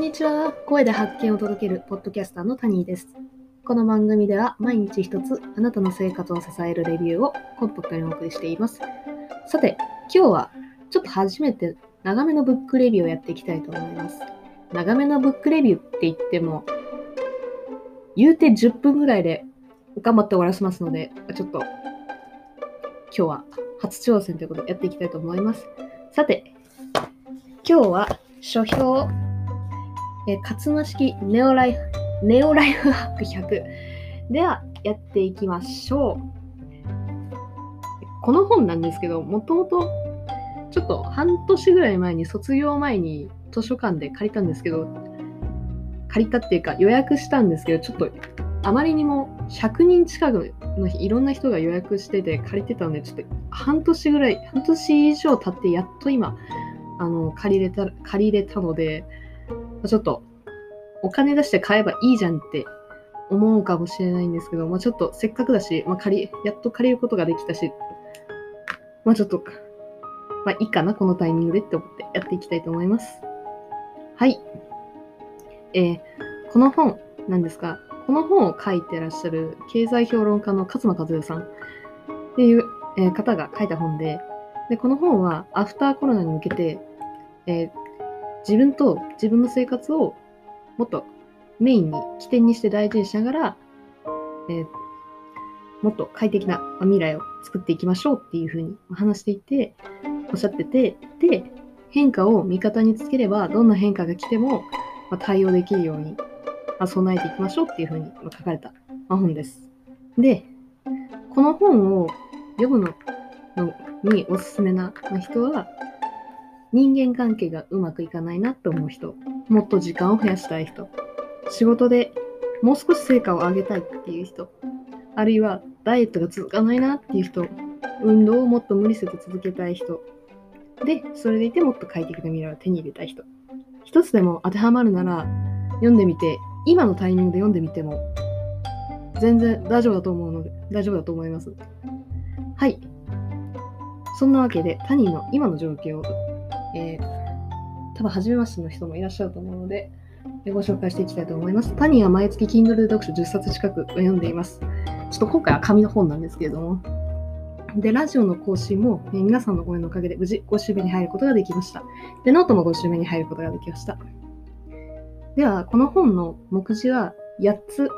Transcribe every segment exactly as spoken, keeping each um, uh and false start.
にちは。声で発見を届けるポッドキャスターのタニーです。この番組では毎日一つあなたの生活を支えるレビューをコンパクトにお送りしています。さて、今日はちょっと初めて長めのブックレビューをやっていきたいと思います。長めのブックレビューって言っても言うてじゅっぷんぐらいで頑張って終わらせますので、ちょっと今日は初挑戦ということでやっていきたいと思います。さて、今日は書評えー、勝間式ネオライフ、ネオライフハックひゃくではやっていきましょう。この本なんですけど、もともとちょっと半年ぐらい前に卒業前に図書館で借りたんですけど、借りたっていうか予約したんですけど、ちょっとあまりにもひゃくにん近くのいろんな人が予約してて借りてたので、ちょっと半年ぐらい、半年以上経ってやっと今あの借りれた、借りれたので、ちょっとお金出して買えばいいじゃんって思うかもしれないんですけど、まあ、ちょっとせっかくだし、まあ、借りやっと借りることができたし、まあちょっと、まあいいかな、このタイミングでって思ってやっていきたいと思います。はい。えー、この本なんですが、この本を書いてらっしゃる経済評論家の勝間和代さんっていう、えー、方が書いた本で、で、この本はアフターコロナに向けて、えー自分と自分の生活をもっとメインに起点にして大事にしながら、えー、もっと快適な未来を作っていきましょうっていうふうに話していて、おっしゃってて、で、変化を味方につければどんな変化が来ても対応できるように備えていきましょうっていうふうに書かれた本です。で、この本を読むのにおすすめな人は、人間関係がうまくいかないなと思う人、もっと時間を増やしたい人、仕事でもう少し成果を上げたいっていう人、あるいはダイエットが続かないなっていう人、運動をもっと無理せず続けたい人、で、それでいてもっと快適な未来を手に入れたい人。一つでも当てはまるなら読んでみて、今のタイミングで読んでみても全然大丈夫だと思うので、大丈夫だと思います。はい。そんなわけで、他人の今の状況をえー、多分初めましての人もいらっしゃると思うので、えー、ご紹介していきたいと思います。タニーは毎月 Kindle で読書じゅっさつ近く読んでいます。ちょっと今回は紙の本なんですけれども。で、ラジオの更新も、えー、皆さんのご縁のおかげで無事ご週目に入ることができました。で、ノートもご週目に入ることができました。では、この本の目次はやっつあって、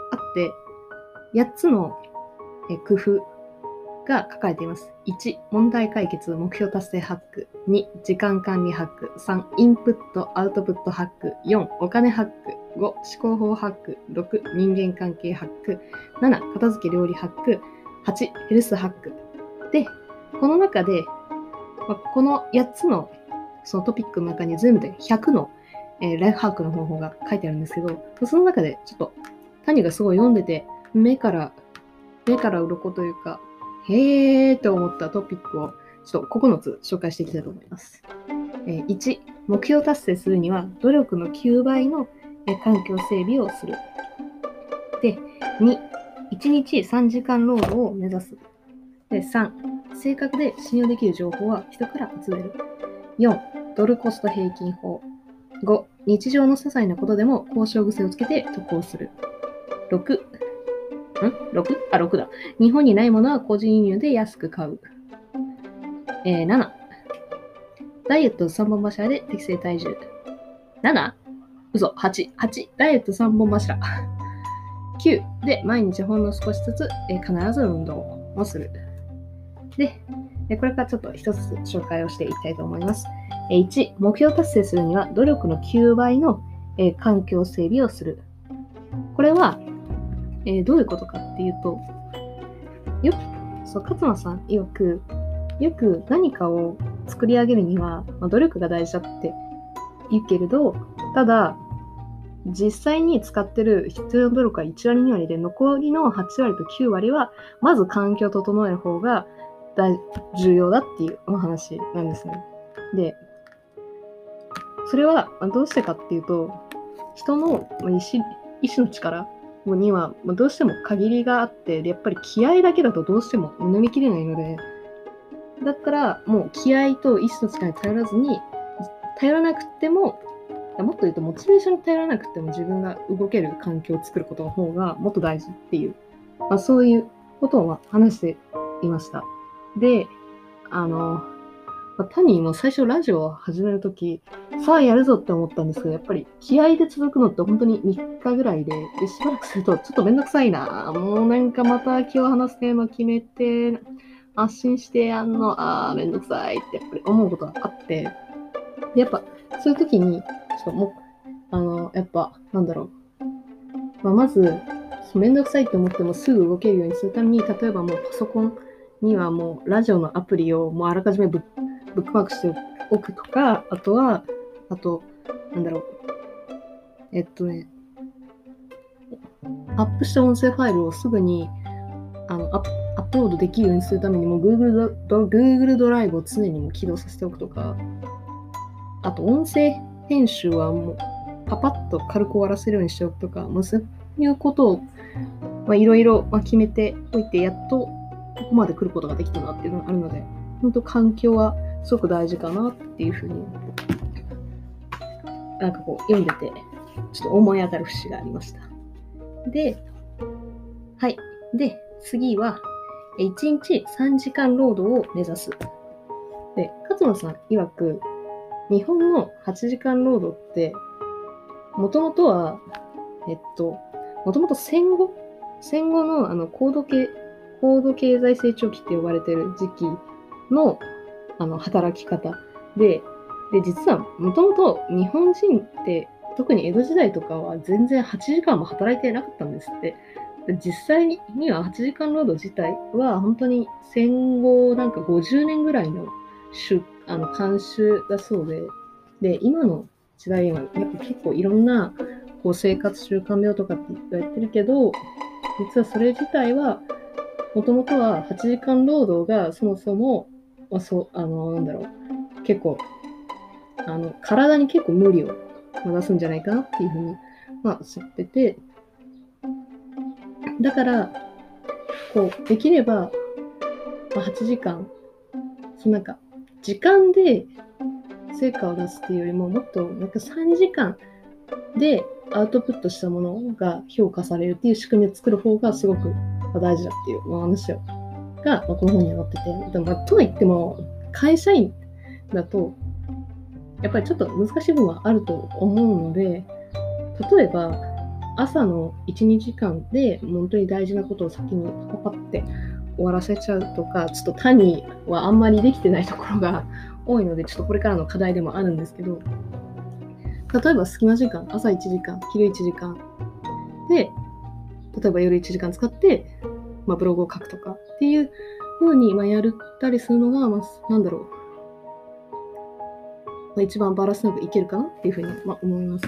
やっつの、えー、工夫が書かれています。いち、問題解決、目標達成ハック。に、時間管理ハック。さん、インプット、アウトプットハック。よん、お金ハック。ご、思考法ハック。ろく、人間関係ハック。なな、片付け料理ハック。はち、ヘルスハック。で、この中で、まあ、このやっつのそのトピックの中に全部でひゃくの、えー、ライフハックの方法が書いてあるんですけど、その中でちょっと、タニがすごい読んでて、目から、目から鱗というか、へーと思ったトピックをちょっとここのつ紹介していきたいと思います。えー、いち、目標達成するには努力のきゅうばいの、えー、環境整備をする。で、に、いちにちさんじかん労働を目指す。で、さん、正確で信用できる情報は人から集める。よん、ドルコスト平均法。ご、日常の些細なことでも交渉癖をつけて得をする。ろく、ん ?ろく? あ、ろくだ。日本にないものは個人輸入で安く買う。えー、なな. ダイエットさんぼん柱で適正体重。なな? 嘘。はち。はち. ダイエットさんぼん柱。きゅう. で、毎日ほんの少しずつ、えー、必ず運動をする。で、これからちょっと一つ紹介をしていきたいと思います。いち. 目標達成するには努力のきゅうばいの、えー、環境整備をする。これは、えー、どういうことかっていうと、よく、そう、勝間さんよく、よく何かを作り上げるには、まあ、努力が大事だって言うけれど、ただ、実際に使ってる必要な努力はいちわりにわりで、残りのはちわりときゅうわりは、まず環境を整える方が大重要だっていうお話なんですね。で、それはどうしてかっていうと、人の意志、意志の力にはどうしても限りがあって、やっぱり気合だけだとどうしても飲みきれないので、だったらもう気合と意志の力に頼らずに、頼らなくてももっと言うとモチベーションに頼らなくても自分が動ける環境を作ることの方がもっと大事っていう、まあ、そういうことをまあ話していました。で、あの、まあ、タニーも最初ラジオを始めるとき、さあやるぞって思ったんですけど、やっぱり気合で続くのって本当にみっかぐらいで、でしばらくするとちょっとめんどくさいな。もうなんかまた気を離すテーマ決めて、発信してやんの、あーめんどくさいってやっぱり思うことがあって、でやっぱそういうときに、ちょっともう、あの、やっぱなんだろう。まあ、まず、めんどくさいって思ってもすぐ動けるようにするために、例えばもうパソコンにはもうラジオのアプリをもうあらかじめブッブックマークしておくとか、あとは、あと、なんだろう。えっとね、アップした音声ファイルをすぐにあのアップアップロードできるようにするためにも Google ド、Google ドライブを常にも起動させておくとか、あと音声編集はもうパパッと軽く終わらせるようにしておくとか、もうそういうことをいろいろ決めておいて、やっとここまで来ることができたなっていうのがあるので、本当環境はすごく大事かなっていうふうに、なんかこう読んでて、ちょっと思い当たる節がありました。で、はい。で、次は、いちにちさんじかん労働を目指す。で、勝間さん曰く、日本のはちじかん労働って、もともとは、えっと、もともと戦後戦後のあの高度経、高度経済成長期って呼ばれている時期のあの働き方で、で、実はもともと日本人って、特に江戸時代とかは全然はちじかんも働いてなかったんですって。実際にははちじかん労働自体は本当に戦後なんかごじゅうねんぐらいのあの慣習だそうで、で、今の時代はやっぱ結構いろんなこう生活習慣病とかって言われてるけど、実はそれ自体はもともとははちじかん労働がそもそも、まあ、そうあのなんだろう結構あの体に結構無理を出すんじゃないかなっていうふうに、まあ、おっしゃってて、だからこうできれば、まあ、はちじかんそのなんか時間で成果を出すっていうよりももっとなんかさんじかんでアウトプットしたものが評価されるっていう仕組みを作る方がすごく大事だっていう話がこの本には載ってて、でも、まあ、とはいっても会社員だとやっぱりちょっと難しい部分はあると思うので、例えば朝のいち、にじかんで本当に大事なことを先にパパって終わらせちゃうとか、ちょっと単にはあんまりできてないところが多いので、ちょっとこれからの課題でもあるんですけど、例えば隙間時間、朝いちじかん、昼いちじかんで、例えば夜いちじかん使って、まあ、ブログを書くとかっていう風に、まあ、やったりするのが、まあ、なんだろう、まあ、一番バランスよくいけるかなっていう風に、まあ、思います。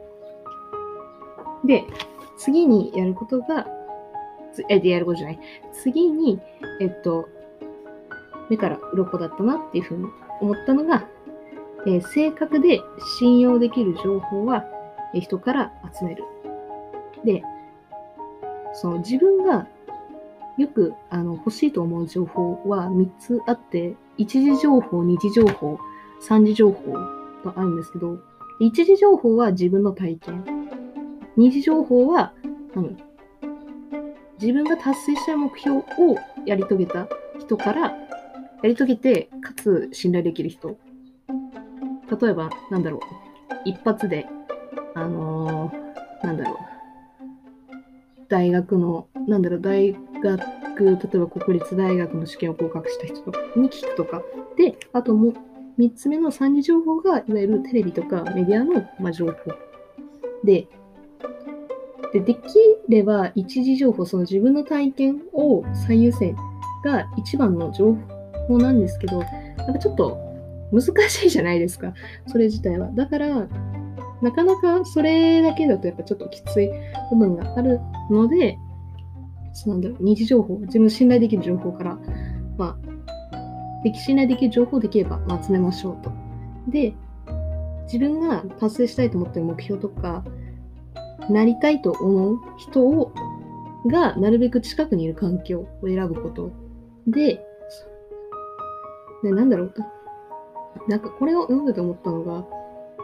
で、次にやることが、え、でやることじゃない。次に、えっと、目から鱗だったなっていう風に思ったのが、えー、正確で信用できる情報は、えー、人から集める。で、その自分がよくあの欲しいと思う情報はみっつあって、一次情報、二次情報、三次情報とあるんですけど、一次情報は自分の体験。二次情報は、あの自分が達成した目標をやり遂げた人から、やり遂げて、かつ信頼できる人。例えば、なんだろう、一発で、あのー、なんだろう、大学の、なんだろう、大学、例えば国立大学の試験を合格した人とかに聞くとか。で、あともう、三つ目の三次情報が、いわゆるテレビとかメディアの、まあ、情報。で、で、できれば一次情報、その自分の体験を最優先が一番の情報なんですけど、なんかちょっと難しいじゃないですか、それ自体は。だから、なかなかそれだけだとやっぱちょっときつい部分があるので、そうなんだろう、二次情報、自分の信頼できる情報から、まあ、でき信頼できる情報をできれば、まあ、集めましょうと。で、自分が達成したいと思っている目標とか、なりたいと思う人をがなるべく近くにいる環境を選ぶことで、でなんだろうなんかこれを読んでて思ったのが、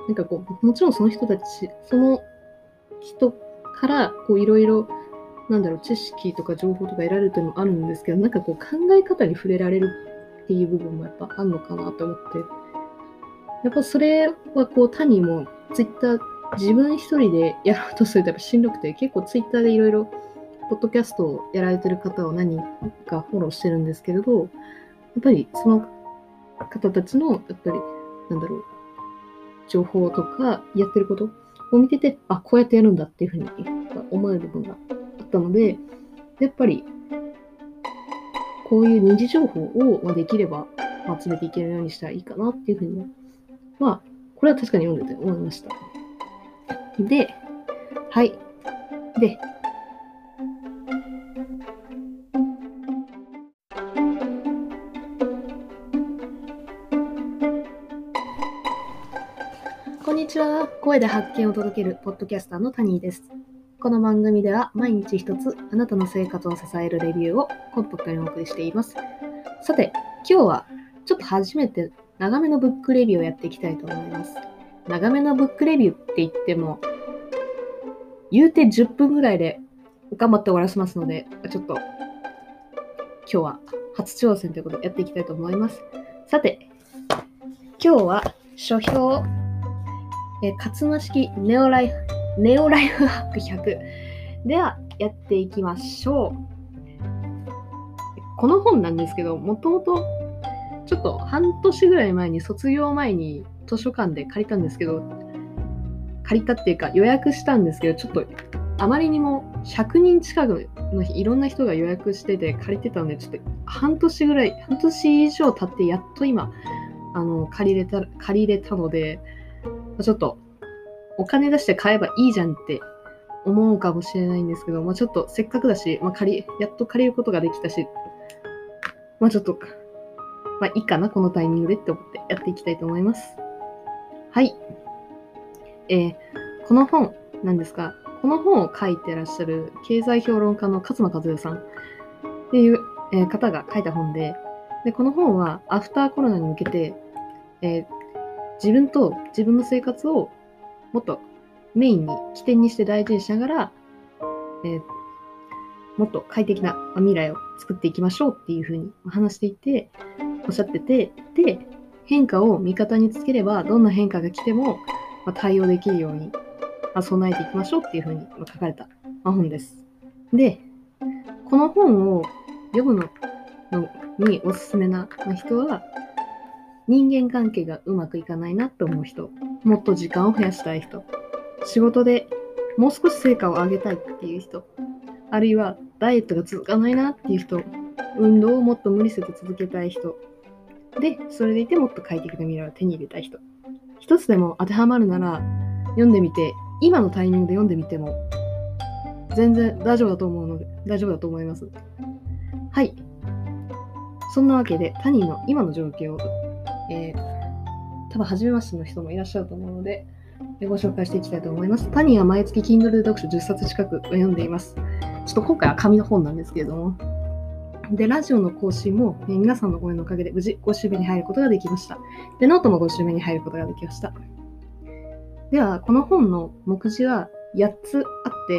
なんかこう、もちろんその人たち、その人からこういろいろ、なんだろう、知識とか情報とか得られるというのもあるんですけど、なんかこう考え方に触れられるっていう部分もやっぱあるのかなと思って、やっぱそれはこう他にもツイッター自分一人でやろうとするとやっぱしんどくて、結構ツイッターでいろいろポッドキャストをやられてる方を何人かフォローしてるんですけれど、やっぱりその方たちのやっぱりなんだろう情報とかやってることを見てて、あ、こうやってやるんだっていうふうに思える部分があったので、やっぱりこういう二次情報をできれば集めていけるようにしたらいいかなっていうふうに、まあこれは確かに読んでて思いました。で、はい。で、こんにちは。声で発見を届けるポッドキャスターのタニーです。この番組では毎日一つあなたの生活を支えるレビューをコンパクトにお送りしています。さて、今日はちょっと初めて長めのブックレビューをやっていきたいと思います。長めのブックレビューって言っても、言うてじゅっぷんぐらいで頑張って終わらせますので、ちょっと今日は初挑戦ということでやっていきたいと思います。さて、今日は書評、え勝間式ネオライフ、ネオライフハックひゃくではやっていきましょう。この本なんですけど、もともとちょっと半年ぐらい前に卒業前に図書館で借りたんですけど、借りたっていうか予約したんですけど、ちょっとあまりにもひゃくにん近くのいろんな人が予約してて借りてたので、ちょっと半年ぐらい、半年以上経ってやっと今あの借りれた借りれたので、ちょっとお金出して買えばいいじゃんって思うかもしれないんですけど、まあ、ちょっとせっかくだし、まあ、借りやっと借りることができたし、まあちょっとまあいいかなこのタイミングでって思ってやっていきたいと思います。はい。えー、この本なんですが、この本を書いてらっしゃる経済評論家の勝間和代さんっていう、えー、方が書いた本で、でこの本はアフターコロナに向けて、えー、自分と自分の生活をもっとメインに起点にして大事にしながら、えー、もっと快適な未来を作っていきましょうっていうふうに話していておっしゃってて、で変化を味方につければどんな変化が来ても対応できるように備えていきましょうっていうふうに書かれた本です。で、この本を読むのにおすすめな人は、人間関係がうまくいかないなと思う人、もっと時間を増やしたい人、仕事でもう少し成果を上げたいっていう人、あるいはダイエットが続かないなっていう人、運動をもっと無理せず続けたい人、で、それでいてもっと快適な未来を手に入れたい人、一つでも当てはまるなら読んでみて、今のタイミングで読んでみても全然大丈夫だと思うので、大丈夫だと思います。はい。そんなわけで、タニーの今の状況を、えー、多分初めましての人もいらっしゃると思うので、ご紹介していきたいと思います。タニーは毎月 Kindle で読書じゅっさつ近く読んでいます。ちょっと今回は紙の本なんですけれども。で、ラジオの更新も、えー、皆さんのご縁のおかげで無事ご週目に入ることができました。で、ノートもご週目に入ることができました。では、この本の目次はやっつあって、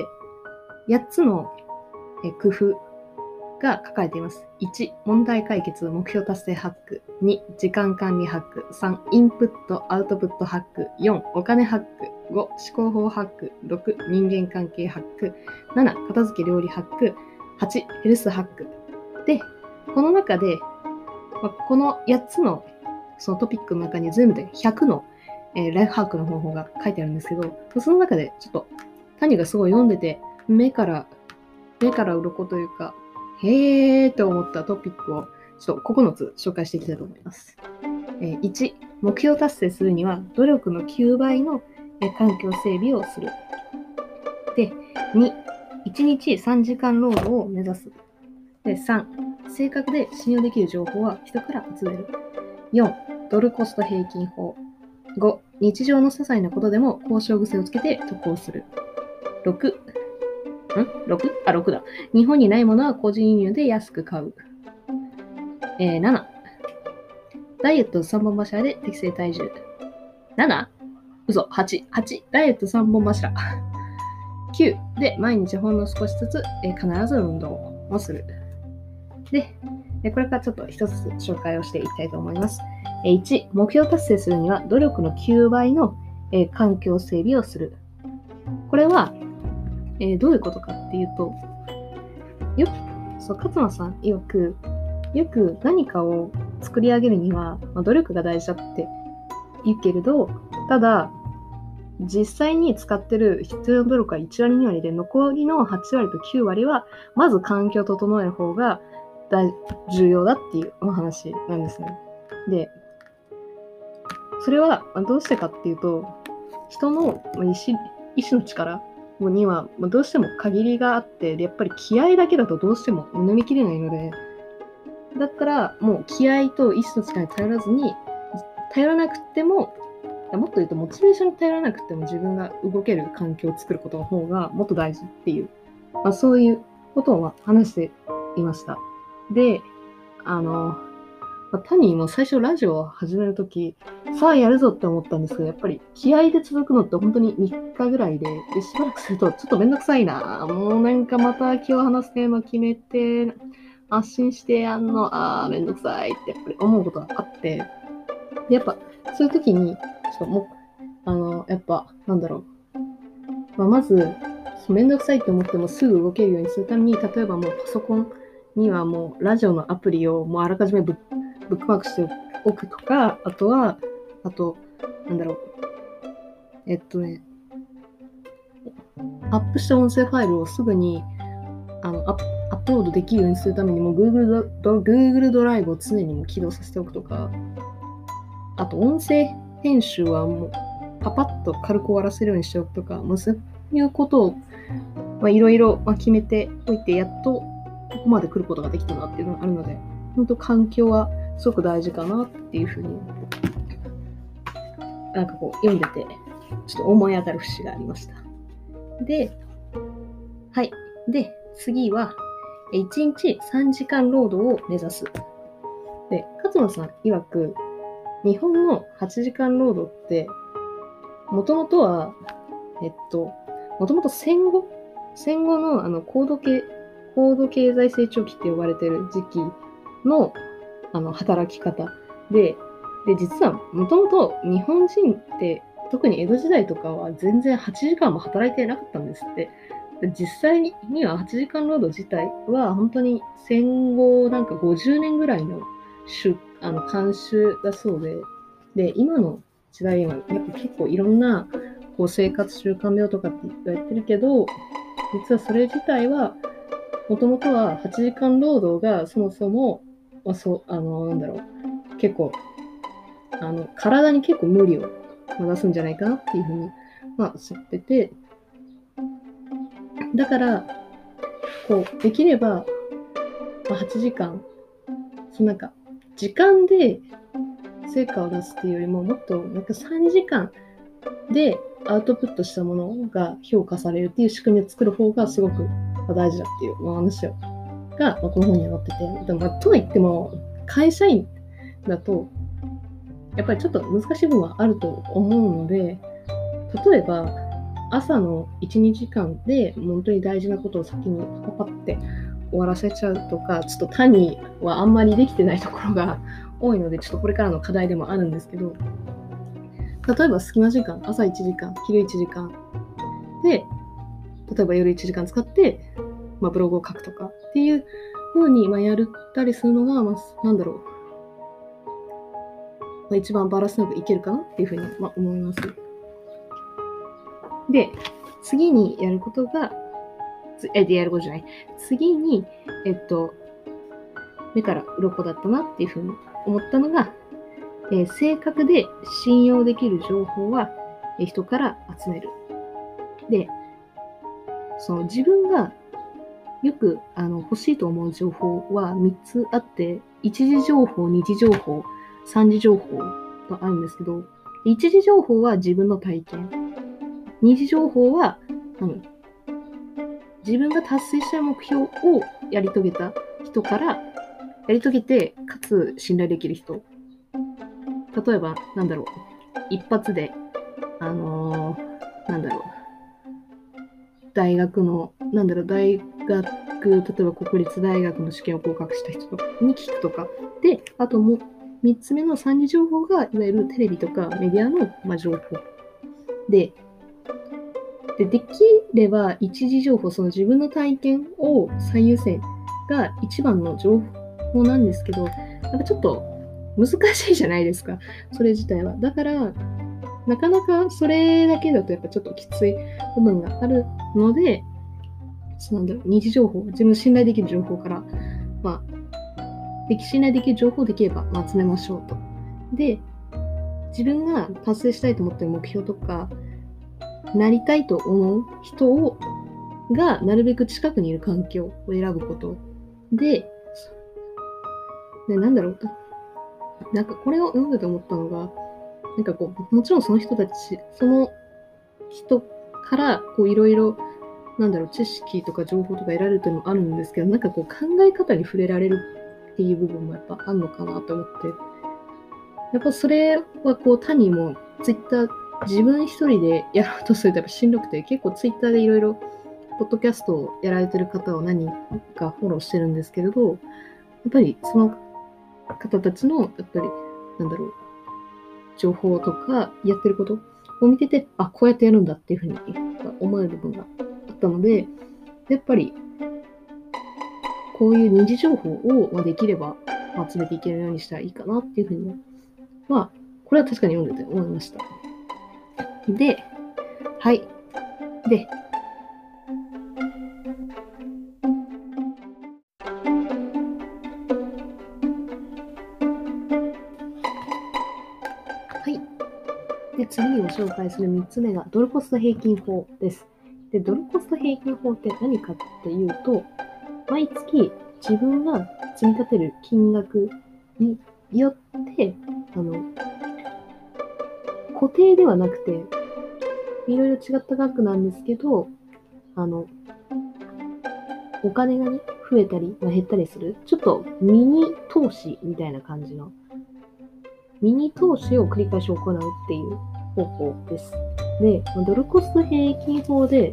やっつの工夫が書かれています。いち、問題解決、目標達成ハック。に、時間管理ハック。さん、インプット、アウトプットハック。よん、お金ハック。ご、思考法ハック。ろく、人間関係ハック。なな、片付け料理ハック。はち、ヘルスハック。で、この中で、まあ、このやっつのそのトピックの中に全部でひゃくの、えー、ライフハックの方法が書いてあるんですけど、その中でちょっとタニがすごい読んでて、目から、目から鱗というか、へーって思ったトピックをちょっとここのつ紹介していきたいと思います。えー、いち、目標達成するには努力のきゅうばいの、えー、環境整備をする。で、に、いちにちさんじかん労働を目指す。で、さん、正確で信用できる情報は人から集める。よん、ドルコスト平均法。ご、日常の些細なことでも交渉癖をつけて得をする。ろく、ん ろく? あ、ろくだ。日本にないものは個人輸入で安く買う。えー、なな、ダイエットさんぼん柱で適正体重。なな? 嘘、はち、はち、ダイエットさんぼん柱。きゅうで、毎日ほんの少しずつ、えー、必ず運動をする。で、これからちょっと一つ紹介をしていきたいと思います。いち、目標達成するには努力のきゅうばいの、えー、環境整備をする。これは、えー、どういうことかっていうと、よく、そう、勝間さん曰く、よく何かを作り上げるには、まあ、努力が大事だって言うけれど、ただ、実際に使ってる必要な努力はいちわりにわりで、残りのはちわりときゅうわりは、まず環境を整える方が重要だっていうお話なんですね。で、それはどうしてかっていうと、人の意志、意志の力にはどうしても限りがあって、でやっぱり気合だけだとどうしても飲みきれないので、だったらもう気合と意志の力に頼らずに、頼らなくても、もっと言うとモチベーションに頼らなくても自分が動ける環境を作ることの方がもっと大事っていう、まあ、そういうことを話していました。で、あの、まあ、タニーも最初ラジオを始めるとき、さあやるぞって思ったんですけど、やっぱり気合で続くのって本当にみっかぐらいで、でしばらくするとちょっとめんどくさいな。もうなんかまた今日話すテーマ決めて、発信してやんの、あーめんどくさいってやっぱり思うことがあって、でやっぱそういうときに、ちょっともう、あの、やっぱなんだろう。まあ、まず、めんどくさいって思ってもすぐ動けるようにするために、例えばもうパソコンにはもうラジオのアプリをもうあらかじめブッブックマークしておくとか、あとは、あと、なんだろう。えっとね、アップした音声ファイルをすぐにあのアップアップロードできるようにするためにも Google ド、Google ドライブを常にも起動させておくとか、あと音声編集はもうパパッと軽く終わらせるようにしておくとか、もうそういうことをいろいろ決めておいて、やっとここまで来ることができたなっていうのがあるので、本当環境はすごく大事かなっていうふうに、なんかこう読んでて、ちょっと思い当たる節がありました。で、はい。で、次は、いちにちさんじかん労働を目指す。で、勝間さん曰く、日本のはちじかん労働って、もともとは、えっと、もともと戦後、戦後のあの高度経、高度経済成長期って呼ばれてる時期のあの働き方で、で、実はもともと日本人って、特に江戸時代とかは全然はちじかんも働いてなかったんですって。実際にははちじかん労働自体は本当に戦後なんかごじゅうねんぐらいのあの慣習だそうで、で、今の時代はやっぱ結構いろんなこう生活習慣病とかって言われてるけど、実はそれ自体はもともとははちじかん労働がそもそも、まあ、そうあのなんだろう結構あの体に結構無理を出すんじゃないかなっていうふうに、まあ、知ってて、だからこうできれば、まあ、はちじかんそのなんか時間で成果を出すっていうよりも、もっとなんかさんじかんでアウトプットしたものが評価されるっていう仕組みを作る方がすごく大事だっていう話がこの本には載ってて、でも、まあ、とはいっても会社員だとやっぱりちょっと難しい部分はあると思うので、例えば朝のいち、にじかんで本当に大事なことを先にパパって終わらせちゃうとか、ちょっと単にはあんまりできてないところが多いので、ちょっとこれからの課題でもあるんですけど、例えば隙間時間、朝いちじかん、昼いちじかんで、例えば夜いちじかん使って、まあ、ブログを書くとかっていう風に、まあ、やったりするのが、まあ、なんだろう、まあ、一番バランスよくいけるかなっていう風に、まあ、思います。で、次にやることが、え、でやることじゃない。次に、えっと、目から鱗だったなっていう風に思ったのが、えー、正確で信用できる情報は、えー、人から集める。で、その自分がよくあの欲しいと思う情報はみっつあって、一次情報、二次情報、三次情報とあるんですけど、一次情報は自分の体験。二次情報は何自分が達成した目標をやり遂げた人から、やり遂げて、かつ信頼できる人。例えば、なんだろう、一発であのー、なんだろう、大学の、なんだろう、大学、例えば国立大学の試験を合格した人とかに聞くとか。で、あともうみっつめの三次情報が、いわゆるテレビとかメディアの、まあ、情報。で、で、できれば一次情報、その自分の体験を最優先が一番の情報なんですけど、やっぱちょっと難しいじゃないですか、それ自体は。だから、なかなかそれだけだとやっぱちょっときつい部分があるので、そうなんだろう、二次情報、自分の信頼できる情報から、まあ、でき信頼できる情報をできれば、まあ、集めましょうと。で、自分が達成したいと思っている目標とか、なりたいと思う人をがなるべく近くにいる環境を選ぶことで、でなんだろう、なんかこれを読んでて思ったのが、なんかこう、もちろんその人たち、その人からこういろいろ、なんだろう、知識とか情報とか得られるというのもあるんですけど、なんかこう考え方に触れられるっていう部分もやっぱあるのかなと思って、やっぱそれはこう他にもツイッター自分一人でやろうとするとやっぱしんどくて、結構ツイッターでいろいろポッドキャストをやられてる方を何人かフォローしてるんですけれど、やっぱりその方たちのやっぱりなんだろう、情報とかやってることを見てて、あ、こうやってやるんだっていうふうに思える部分があったので、やっぱりこういう二次情報をできれば集めていけるようにしたらいいかなっていうふうに、まあ、これは確かに読んでて思いました。で、はい。で、はい。で、次にご紹介するみっつめがドルコスト平均法です。で、ドルコスト平均法って何かっていうと、毎月自分が積み立てる金額によって、あの、固定ではなくて、いろいろ違った額なんですけど、あの、お金がね、増えたり、まあ、減ったりする、ちょっとミニ投資みたいな感じの、ミニ投資を繰り返し行うっていう方法です。で、ドルコスト平均法で、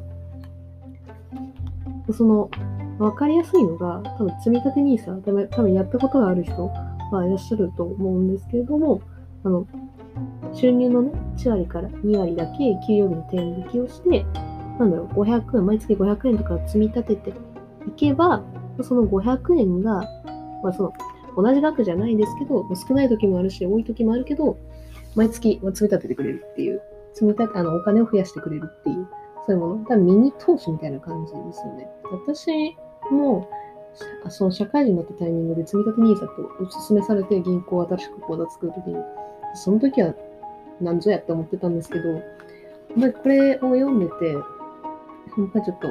その、わかりやすいのが、多分積み立て ニーサ、多分やったことがある人はいらっしゃると思うんですけれども、あの、収入のね、いち割からに割だけ給与日に転引きをして、なんだろう、ごひゃくえん、毎月ごひゃくえんとか積み立てていけば、そのごひゃくえんが、まあ、その同じ額じゃないですけど、少ない時もあるし、多い時もあるけど、毎月積み立ててくれるっていう、積み立て、あの、お金を増やしてくれるっていう、そういうもの。多分ミニ投資みたいな感じですよね。私も、その社会人になったタイミングで積み立て ニーサ とお勧めされて銀行を新しく口座作るときに、その時は何ぞやって思ってたんですけど、これを読んでて、やっぱちょっと、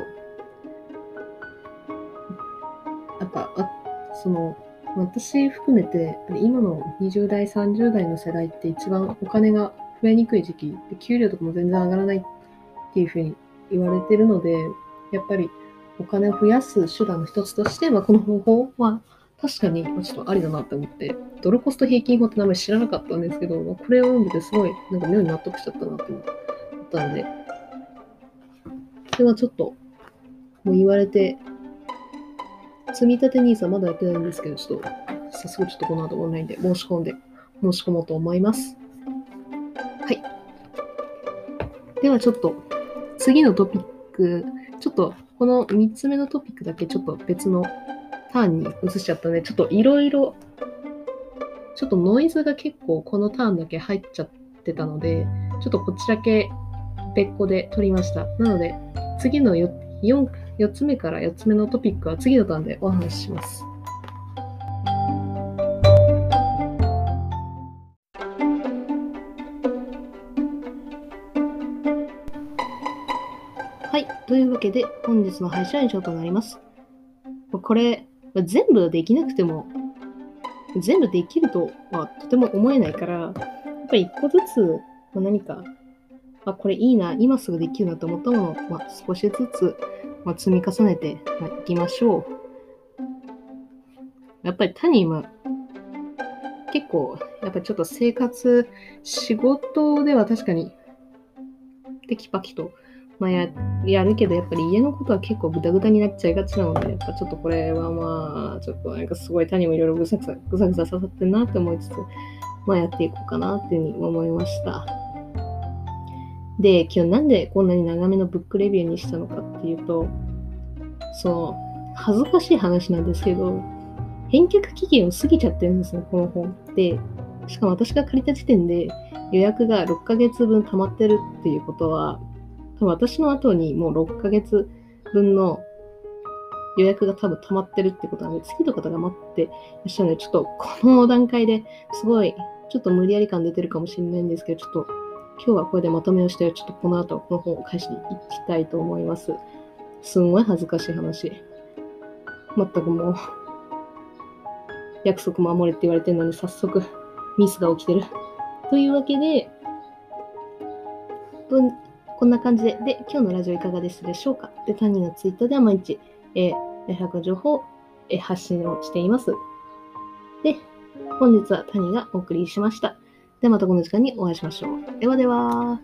やっぱ、あその、私含めて、今のにじゅう代、さんじゅう代の世代って一番お金が増えにくい時期で、給料とかも全然上がらないっていうふうに言われてるので、やっぱりお金を増やす手段の一つとして、まあ、この方法は確かにちょっとありだなって思って、ドルコスト平均法って名前知らなかったんですけど、これを読んでてすごいなんか妙に納得しちゃったなって思ったので、それはちょっともう言われて、積み立て ニーサ まだやってないんですけど、ちょっと早速ちょっとこの後オンラインで申し込んで申し込もうと思います。はい。ではちょっと次のトピック、ちょっとこのみっつめのトピックだけちょっと別のターンに移しちゃったので、ちょっといろいろ、ちょっとノイズが結構このターンだけ入っちゃってたので、ちょっとこっちだけ別個で取りました。なので、次の 4, 4, 4つ目からよっつめのトピックは次のターンでお話しします。はい。というわけで、本日の配信は以上となります。これ、全部できなくても、全部できるとはとても思えないから、やっぱり一個ずつ何か、まあ、これいいな、今すぐできるなと思ったものを、まあ、少しずつ、まあ、積み重ねていきましょう。やっぱり他人は結構、やっぱりちょっと生活、仕事では確かにテキパキと、まあ、や, やるけど、やっぱり家のことは結構グダグダになっちゃいがちなので、やっぱちょっとこれはまあ、ちょっとなんかすごい谷もいろいろぐさぐさぐさぐさ刺さってるなって思いつつ、まあやっていこうかなっていうふうに思いました。で、今日なんでこんなに長めのブックレビューにしたのかっていうと、そう、恥ずかしい話なんですけど、返却期限を過ぎちゃってるんですね、この本。で、しかも私が借りた時点で予約がろっかげつぶん溜まってるっていうことは、多分私の後にもうろっかげつぶんの予約が多分溜まってるってことなので、次の方が待っていらっしゃるので、ちょっとこの段階ですごい、ちょっと無理やり感出てるかもしれないんですけど、ちょっと今日はこれでまとめをして、ちょっとこの後この本を返しに行きたいと思います。すんごい恥ずかしい話。全くもう、約束守れって言われてるのに早速ミスが起きてる。というわけで、こんな感じで、で、今日のラジオいかがでしたでしょうか。で、谷のツイッターでは毎日、えー、大学情報を、えー、発信をしています。で、本日は谷がお送りしました。ではまたこの時間にお会いしましょう。ではでは。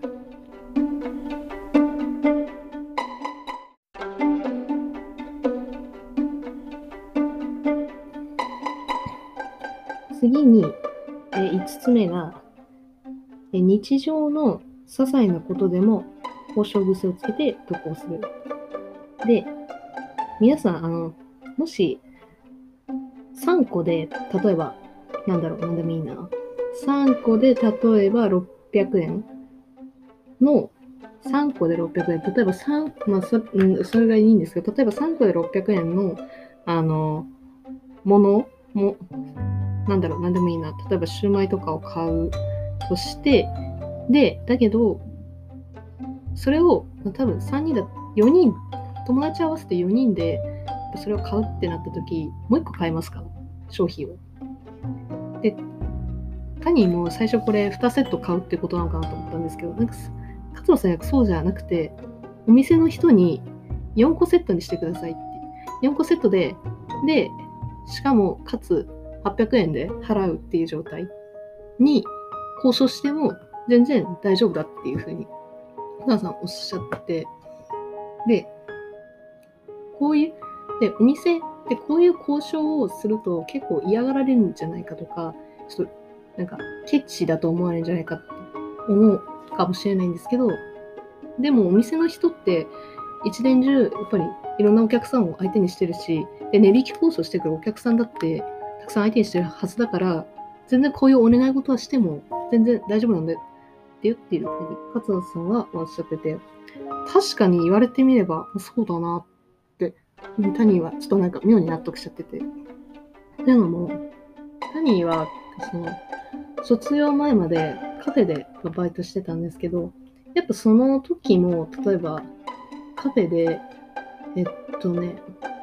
次に、えー、いつつめが、えー、日常の些細なことでも交渉癖をつけて投稿する。で、皆さん、あの、もしさんこで、例えば、なんだろう、なんでもいいな。さんこで、例えばろっぴゃくえんの、さんこでろっぴゃくえん。例えばさん、まあそ、うん、それがいいんですけど、例えばさんこでろっぴゃくえんの、あの、ものも、なんだろう、なんでもいいな。例えばシューマイとかを買うとして、で、だけど、それを多分さんにんだ、よにん、友達合わせてよにんでそれを買うってなった時、もういっこ買えますか？商品を。で、谷も最初これにセット買うってことなのかなと思ったんですけど、なんか勝野さんはそうじゃなくて、お店の人によんこセットにしてくださいって。よんこセットで、で、しかもかつはっぴゃくえんで払うっていう状態に交渉しても全然大丈夫だっていうふうに勝野さんおっしゃって、で、こういう、で、お店でこういう交渉をすると結構嫌がられるんじゃないかとか、ちょっとなんかケチだと思われるんじゃないかって思うかもしれないんですけど、でもお店の人って一年中やっぱりいろんなお客さんを相手にしてるし、で値引き交渉してくるお客さんだってたくさん相手にしてるはずだから、全然こういうお願い事はしても全然大丈夫なんだよって言っているふうに勝野さんはおっしゃってて、確かに言われてみればそうだなって谷はちょっとなんか妙に納得しちゃってて。というのも、谷はその卒業前までカフェでバイトしてたんですけど、やっぱその時も例えばカフェでえっとね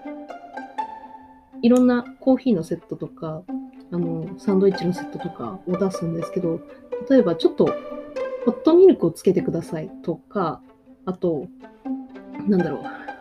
いろんなコーヒーのセットとかあのサンドイッチのセットとかを出すんですけど、例えばちょっとホットミルクをつけてくださいとか、あとなんだろう、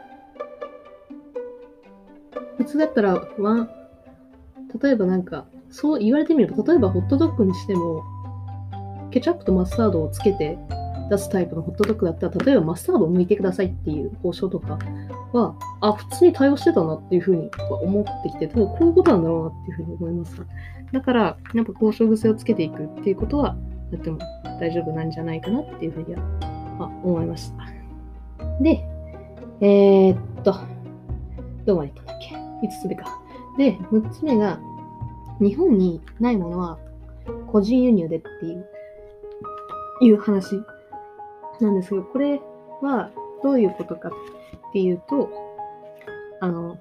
普通だったらワン例えばなんかそう言われてみれば、例えばホットドッグにしてもケチャップとマスタードをつけて出すタイプのホットドッグだったら、例えばマスタードを剥いてくださいっていう交渉とかは、あ、普通に対応してたなっていうふうに思ってきて、多分こういうことなんだろうなっていうふうに思います。だから、やっぱ交渉癖をつけていくっていうことは、やっても大丈夫なんじゃないかなっていうふうには、まあ、思いました。で、えー、っと、どうまでいったんだっけ？いつつめか。で、むっつめが、日本にないものは個人輸入でっていういう話なんですけど、これはどういうことかっていうと、あの、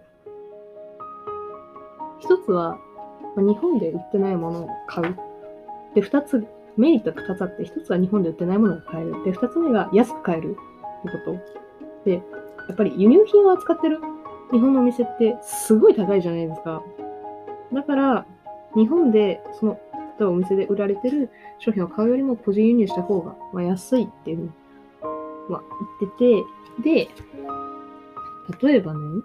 一つは日本で売ってないものを買う。で、二つ、メリットが二つあって、一つは日本で売ってないものを買える。で、二つ目が安く買えるってこと。で、やっぱり輸入品を扱ってる日本のお店ってすごい高いじゃないですか。だから、日本でその例えばお店で売られてる商品を買うよりも個人輸入した方が、まあ、安いっていうふうに、まあ、言ってて、で、例えばね、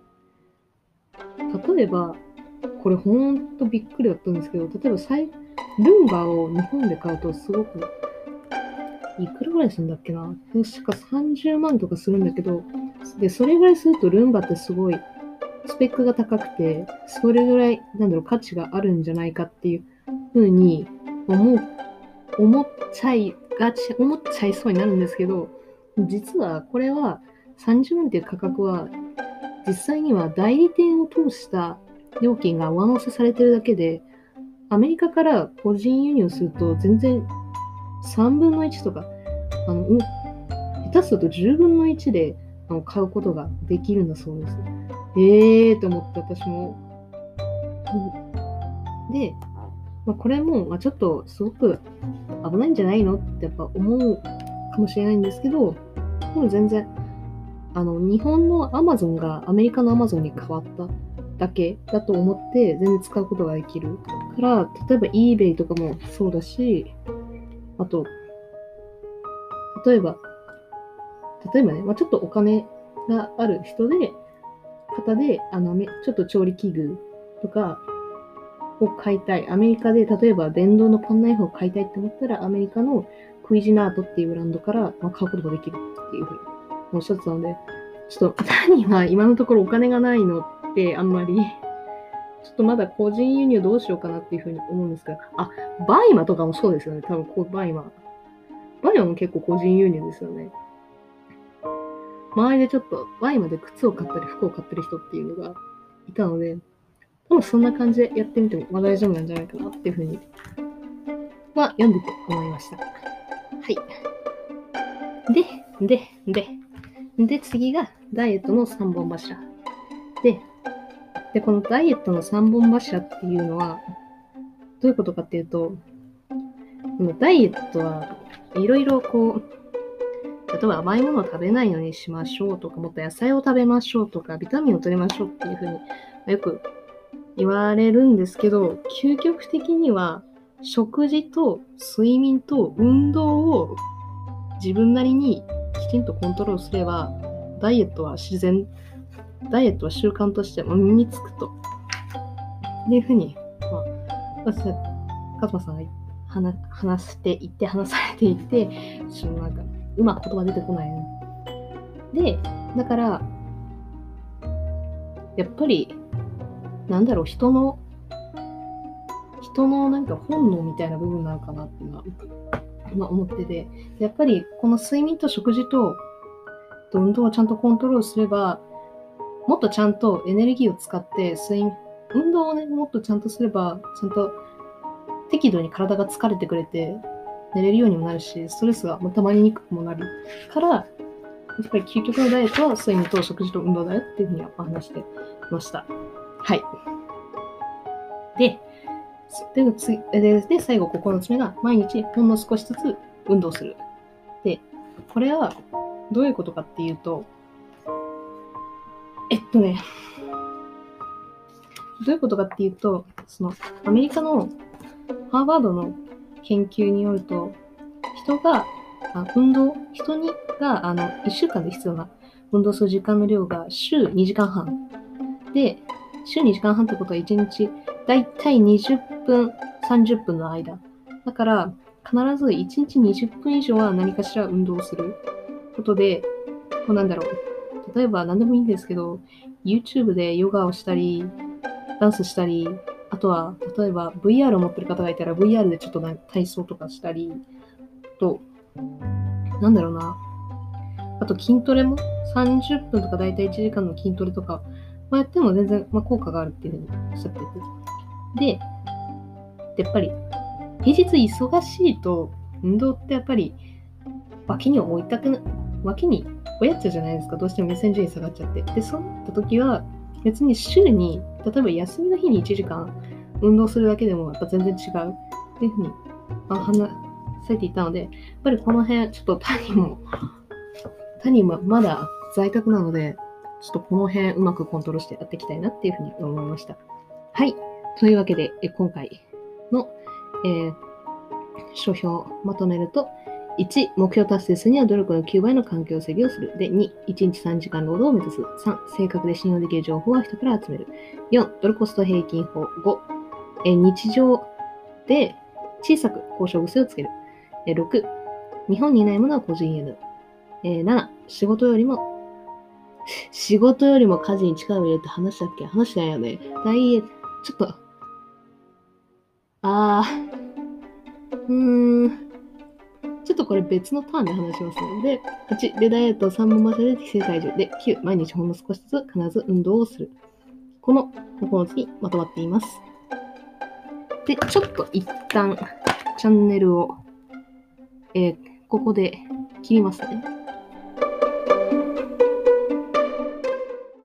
例えば、これほんとびっくりだったんですけど、例えばサイルンバを日本で買うとすごくいくらぐらいするんだっけな。確かさんじゅうまんとかするんだけど、で、それぐらいするとルンバってすごいスペックが高くて、それぐらい、なんだろう、価値があるんじゃないかっていうふうに思う、思っちゃいがち、思っちゃいそうになるんですけど、実はこれはさんじゅうまんっていう価格は、実際には代理店を通した料金が上乗せされてるだけで、アメリカから個人輸入すると全然さんぶんのいちとか、あの、うん、下手するとじゅうぶんのいちであの買うことができるんだそうです。えーと思って私も。うん、で、まあ、これも、まあ、ちょっとすごく危ないんじゃないのってやっぱ思うかもしれないんですけど、でも全然、あの、日本のアマゾンがアメリカのアマゾンに変わっただけだと思って全然使うことができるから、例えば eBay とかもそうだし、あと、例えば、例えばね、まあ、ちょっとお金がある人で、方で、あの、ちょっと調理器具とかを買いたい。アメリカで、例えば電動のパンナイフを買いたいって思ったら、アメリカのクイジナートっていうブランドから、まあ、買うことができるっていうふうにおっしゃってたので、ちょっと、何は今のところお金がないのってあんまり、ちょっとまだ個人輸入どうしようかなっていうふうに思うんですが、あ、バイマとかもそうですよね。多分こう、バイマ。バイマも結構個人輸入ですよね。周りでちょっとバイマで靴を買ったり服を買ってる人っていうのがいたので、多分そんな感じでやってみても、まあ、大丈夫なんじゃないかなっていうふうに、まあ、読んでて思いました。はい。で、で、で、で、次がダイエットのさんぼん柱。で、で、このダイエットのさんぼん柱っていうのは、どういうことかっていうと、このダイエットはいろいろこう、例えば甘いものを食べないようにしましょうとか、もっと野菜を食べましょうとか、ビタミンを取りましょうっていうふうによく言われるんですけど、究極的には食事と睡眠と運動を自分なりにきちんとコントロールすれば、ダイエットは自然、ダイエットは習慣として身につくというふうに、まあ、私はカズマさんが話話していって話されていて、ちょっとなんかうまく言葉出てこないね。で、だからやっぱりなんだろう、人の人のなんか本能みたいな部分なのかなっていうのは、まあ、思ってて、やっぱりこの睡眠と食事と運動をちゃんとコントロールすれば、もっとちゃんとエネルギーを使って睡眠、運動をね、もっとちゃんとすれば、ちゃんと適度に体が疲れてくれて寝れるようにもなるし、ストレスが溜まりにくくもなるから、やっぱり究極のダイエットは睡眠と食事と運動だよっていうふうには話してました。はい。で、で, 次で, で最後ここのつ目が毎日ほんの少しずつ運動する。で、これはどういうことかっていうと、えっとね、どういうことかっていうと、そのアメリカのハーバードの研究によると、人があ運動、人にがあのいっしゅうかんで必要な運動する時間の量が週にじかんはん。で、週にじかんはんってことはいちにちだいたいにじゅっぷん、さんじゅっぷんの間。だから、必ずいちにちにじゅっぷん以上は何かしら運動することで、こうなんだろう。例えば何でもいいんですけど、YouTube でヨガをしたり、ダンスしたり、あとは、例えば ブイアール を持ってる方がいたら ブイアール でちょっと体操とかしたり、と、なんだろうな。あと筋トレもさんじゅっぷんとかだいたいいちじかんの筋トレとか、まあ、やっても全然、まあ、効果があるっていうふうにおっしゃってて。で、やっぱり平日忙しいと運動ってやっぱり脇に置いたくな、脇におやっちゃうじゃないですか。どうしても優先順位下がっちゃって。で、そうなった時は別に週に、例えば休みの日にいちじかん運動するだけでもやっぱ全然違うっていうふうに話されていたので、やっぱりこの辺ちょっと他にも、他にもまだ在宅なので、ちょっとこの辺うまくコントロールしてやっていきたいなっていうふうに思いました。はい。というわけで、え今回の、えー、書評をまとめると、いち、目標達成するには努力のきゅうばいの環境整備をする。で、に、いちにちさんじかん労働を目指す。さん、正確で信用できる情報は人から集める。よん、ドルコスト平均法。ご、え日常で小さく交渉癖をつける。ろく、 日本にいないものは個人 N。えー、なな、仕事よりも、仕事よりも家事に力を入れるって話したっけ？話してないよね。大、ちょっと、あー、うーん、ちょっとこれ別のターンで話しますので、はち、でダイエットをさんぼんまでで適正体重。で、きゅう、毎日ほんの少しずつ必ず運動をする。このここのつにまとまっています。で、ちょっと一旦チャンネルを、えー、ここで切りますね。